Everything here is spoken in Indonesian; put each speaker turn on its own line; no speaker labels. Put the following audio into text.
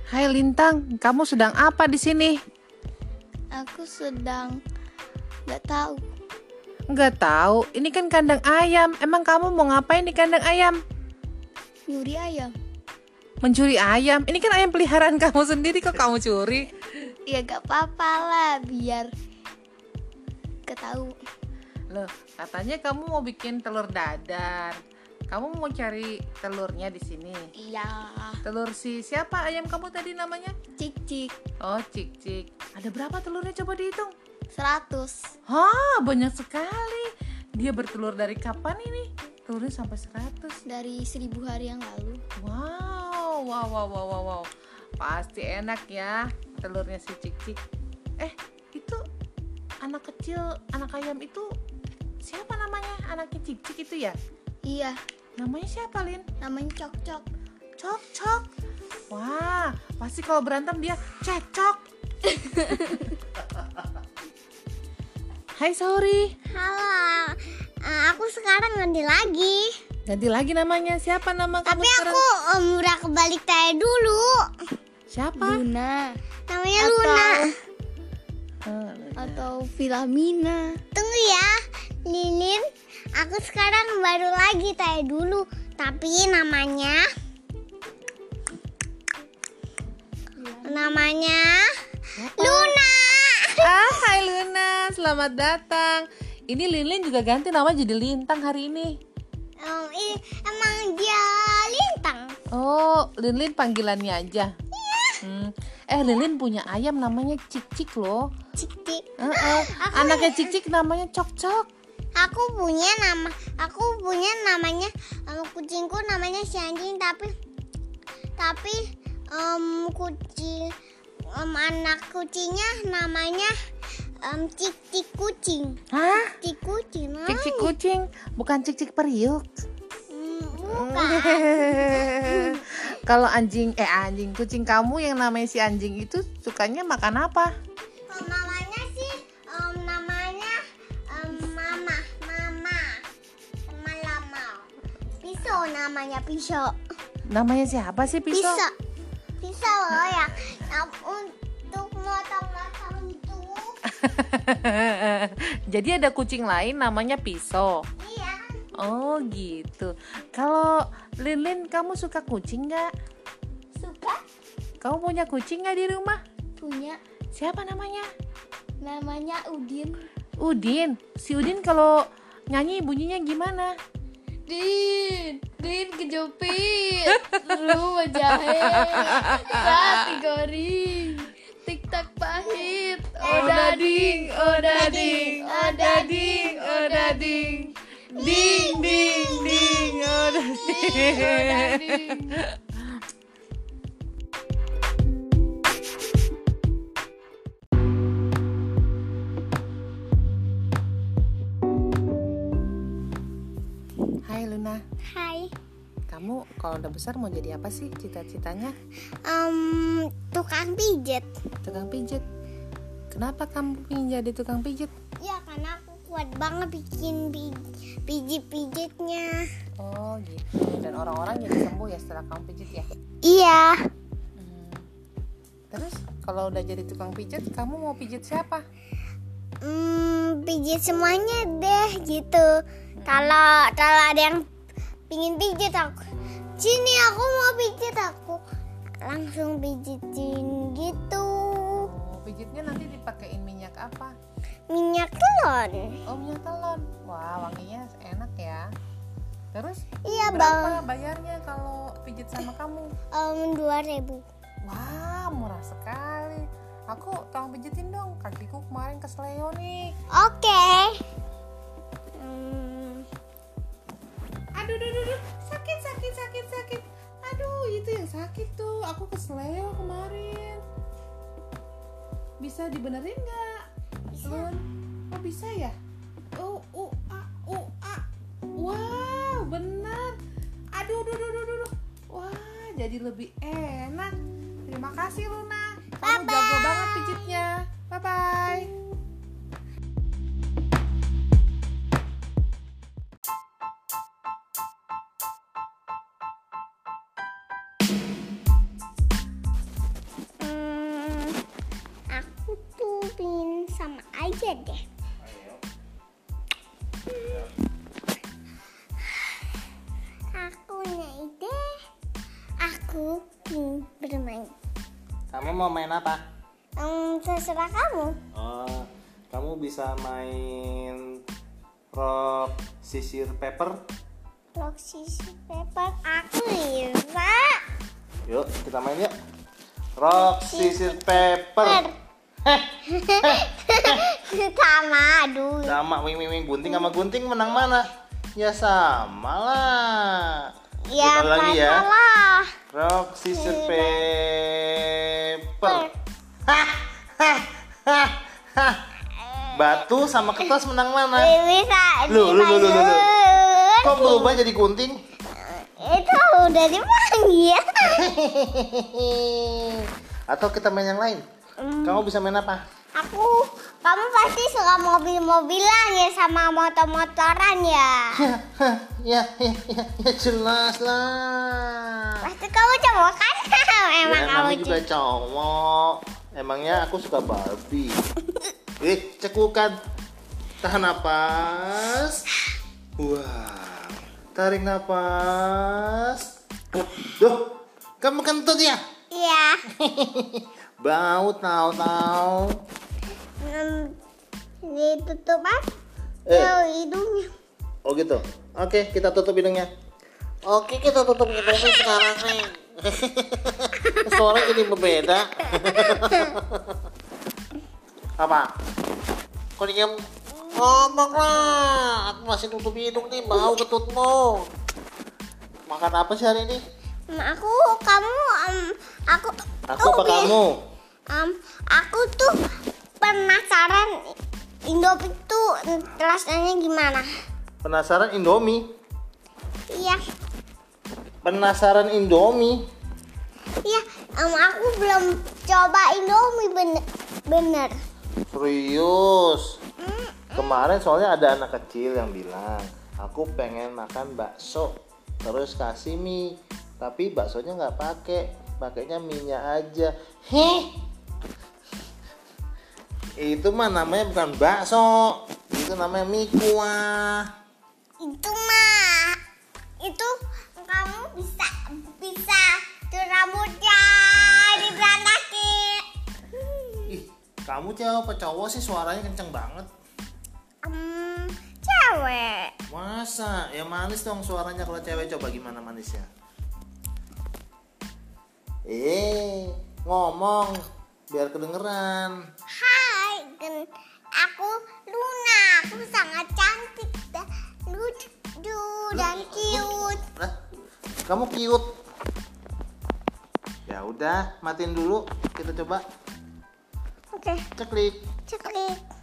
Hai Lintang, kamu sedang apa di sini?
Aku sedang nggak tahu.
Nggak tahu, ini kan kandang ayam. Emang kamu mau ngapain di kandang ayam?
Nyuri ayam.
Mencuri ayam? Ini kan ayam peliharaan kamu sendiri, kok kamu curi?
Ya gak apa-apa lah, biar ketahu.
Loh, katanya kamu mau bikin telur dadar. Kamu mau cari telurnya di sini.
Iya.
Telur si siapa ayam kamu tadi namanya?
Cik-cik.
Oh, Cik-cik. Ada berapa telurnya, coba dihitung?
100.
Hah, banyak sekali. Dia bertelur dari kapan ini? Telurnya sampai 100.
Dari 1000 hari yang lalu.
Wow. Pasti enak ya telurnya si Cik-cik. Itu anak kecil, anak ayam itu siapa namanya? Anaknya Cik-cik itu ya?
Iya.
Namanya siapa, Lin?
Namanya Cok-cok.
Cok-cok. Wah, pasti kalau berantem dia cekcok. Hai, sorry.
Halo, aku sekarang ganti lagi.
Ganti lagi namanya. Siapa nama kamu
Tapi
sekarang?
aku udah kebalik tadi dulu.
Siapa?
Luna.
Namanya Luna.
Atau Filamina.
Tunggu ya, Lilin. Aku sekarang baru lagi tadi dulu. Tapi namanya
Siapa?
Luna.
Hai Luna, selamat datang. Ini Lin juga ganti nama jadi Lintang hari ini.
Emang dia Lintang.
Oh, Lin panggilannya aja. Lin punya ayam namanya Cik-cik loh.
Cik-cik.
Anaknya Cik-cik namanya Cok-cok.
Aku punya namanya kucingku namanya si anjing, tapi anak kucingnya namanya Cik-cik kucing.
Hah?
Cik kucing.
Cik-cik kucing, bukan Cik-cik periuk.
Bukan.
Kalau kucing kamu yang namanya si anjing itu sukanya makan apa?
Namanya sih mama sama lama. Pisau namanya pisau.
Namanya siapa sih pisau?
Pisau loh ya. Untuk motong-motong itu.
Jadi ada kucing lain namanya pisau.
Iya.
Oh gitu. Kalau Lin, kamu suka kucing nggak?
Suka?
Kamu punya kucing nggak di rumah?
Punya.
Siapa namanya?
Namanya Udin.
Udin. Si Udin kalau nyanyi bunyinya gimana?
Din kejepit. Rumah jahe. Rati goreng. Tik-tak pahit. Odading.
Ding odading. Hai Luna,
Hai.
kamu kalau udah besar mau jadi apa sih cita-citanya?
Tukang pijet.
Tukang pijet. Kenapa kamu ingin jadi tukang pijet?
Ya karena aku kuat banget bikin pijit-pijitnya.
Oh gitu. Dan orang-orang jadi sembuh ya setelah kamu pijet ya?
Iya.
Terus kalau udah jadi tukang pijet, kamu mau pijet siapa?
Pijit semuanya deh gitu. Kalau ada yang pingin pijit aku, sini aku mau pijit, aku langsung pijitin gitu.
Oh, pijitnya nanti dipakein minyak apa?
Minyak telon.
Oh, minyak telon. Wah, wanginya enak ya. Terus
Iya
berapa bayarnya kalau pijet sama kamu?
2.000.
Wah, murah sekali. Aku tolong pijetin dong, kakiku kemarin kesleo nih.
Oke.
Aduh, sakit. Aduh, itu yang sakit tuh. Aku kesleo kemarin. Bisa dibenerin nggak?
Bisa.
Oh, bisa ya? Wow, benar. Aduh. Wah, jadi lebih enak. Terima kasih Luna. Kamu jago banget pijitnya. Bye-bye.
aja deh.
Ayo.
Aku punya ide. Aku ingin bermain.
Kamu mau main apa?
Terserah kamu.
Oh, kamu bisa main rock sisir paper.
Rock sisir paper. Aku bisa.
Yuk, kita main yuk. Rock sisir paper.
Sama, aduh.
Sama wing gunting sama gunting menang mana? Ya sama lah.
Ya,
Kita lagi ya.
salah.
Rock sisir paper. Hah, hah, hah, hah. Batu sama kertas menang mana?
Bisa.
Loh.
dimainin.
Kok berubah jadi gunting?
Itu udah dipanggil.
Atau kita main yang lain? Kamu bisa main apa?
Kamu pasti suka mobil-mobilan ya sama motor-motoran ya.
Ya jelas lah.
Pasti kamu cowok kan? Emang
Ya,
kamu
namanya juga cowok. Emangnya aku suka Barbie. Cekukan. Tahan napas. Wah. Tarik napas. Duh, kamu kentut ya?
Iya.
Bau tahu.
Ditutupan hidungnya.
Oh gitu. Oke, kita tutup hidungnya. Oke, kita tutup hidungnya sekarang nih. Suara jadi berbeda. Apa? Kok diam? Ngomong lah. Aku masih tutup hidung nih, bau ketutmu. Makan apa sih hari ini?
Aku, kamu, aku.
Aku apa kamu?
Aku tuh penasaran Indomie tuh rasanya gimana?
Penasaran Indomie?
Iya.
Penasaran Indomie?
Iya, aku belum coba Indomie bener.
Serius? Kemarin soalnya ada anak kecil yang bilang, aku pengen makan bakso, terus kasih mie, tapi baksonya nggak pakainya minyak aja. Itu mah namanya bukan bakso, itu namanya mie kuah.
Itu kamu bisa tuh rambutnya diberantakin.
Ih, kamu cewek apa cowok sih, suaranya kenceng banget.
Cewek.
Masa? Ya manis dong suaranya kalau cewek, coba gimana manisnya? Ngomong biar kedengeran.
Hai, aku Luna. Aku sangat cantik dan lucu dan cute.
Lah, kamu cute. Ya udah, matiin dulu. Kita coba.
Oke,
Ceklik.
ceklik.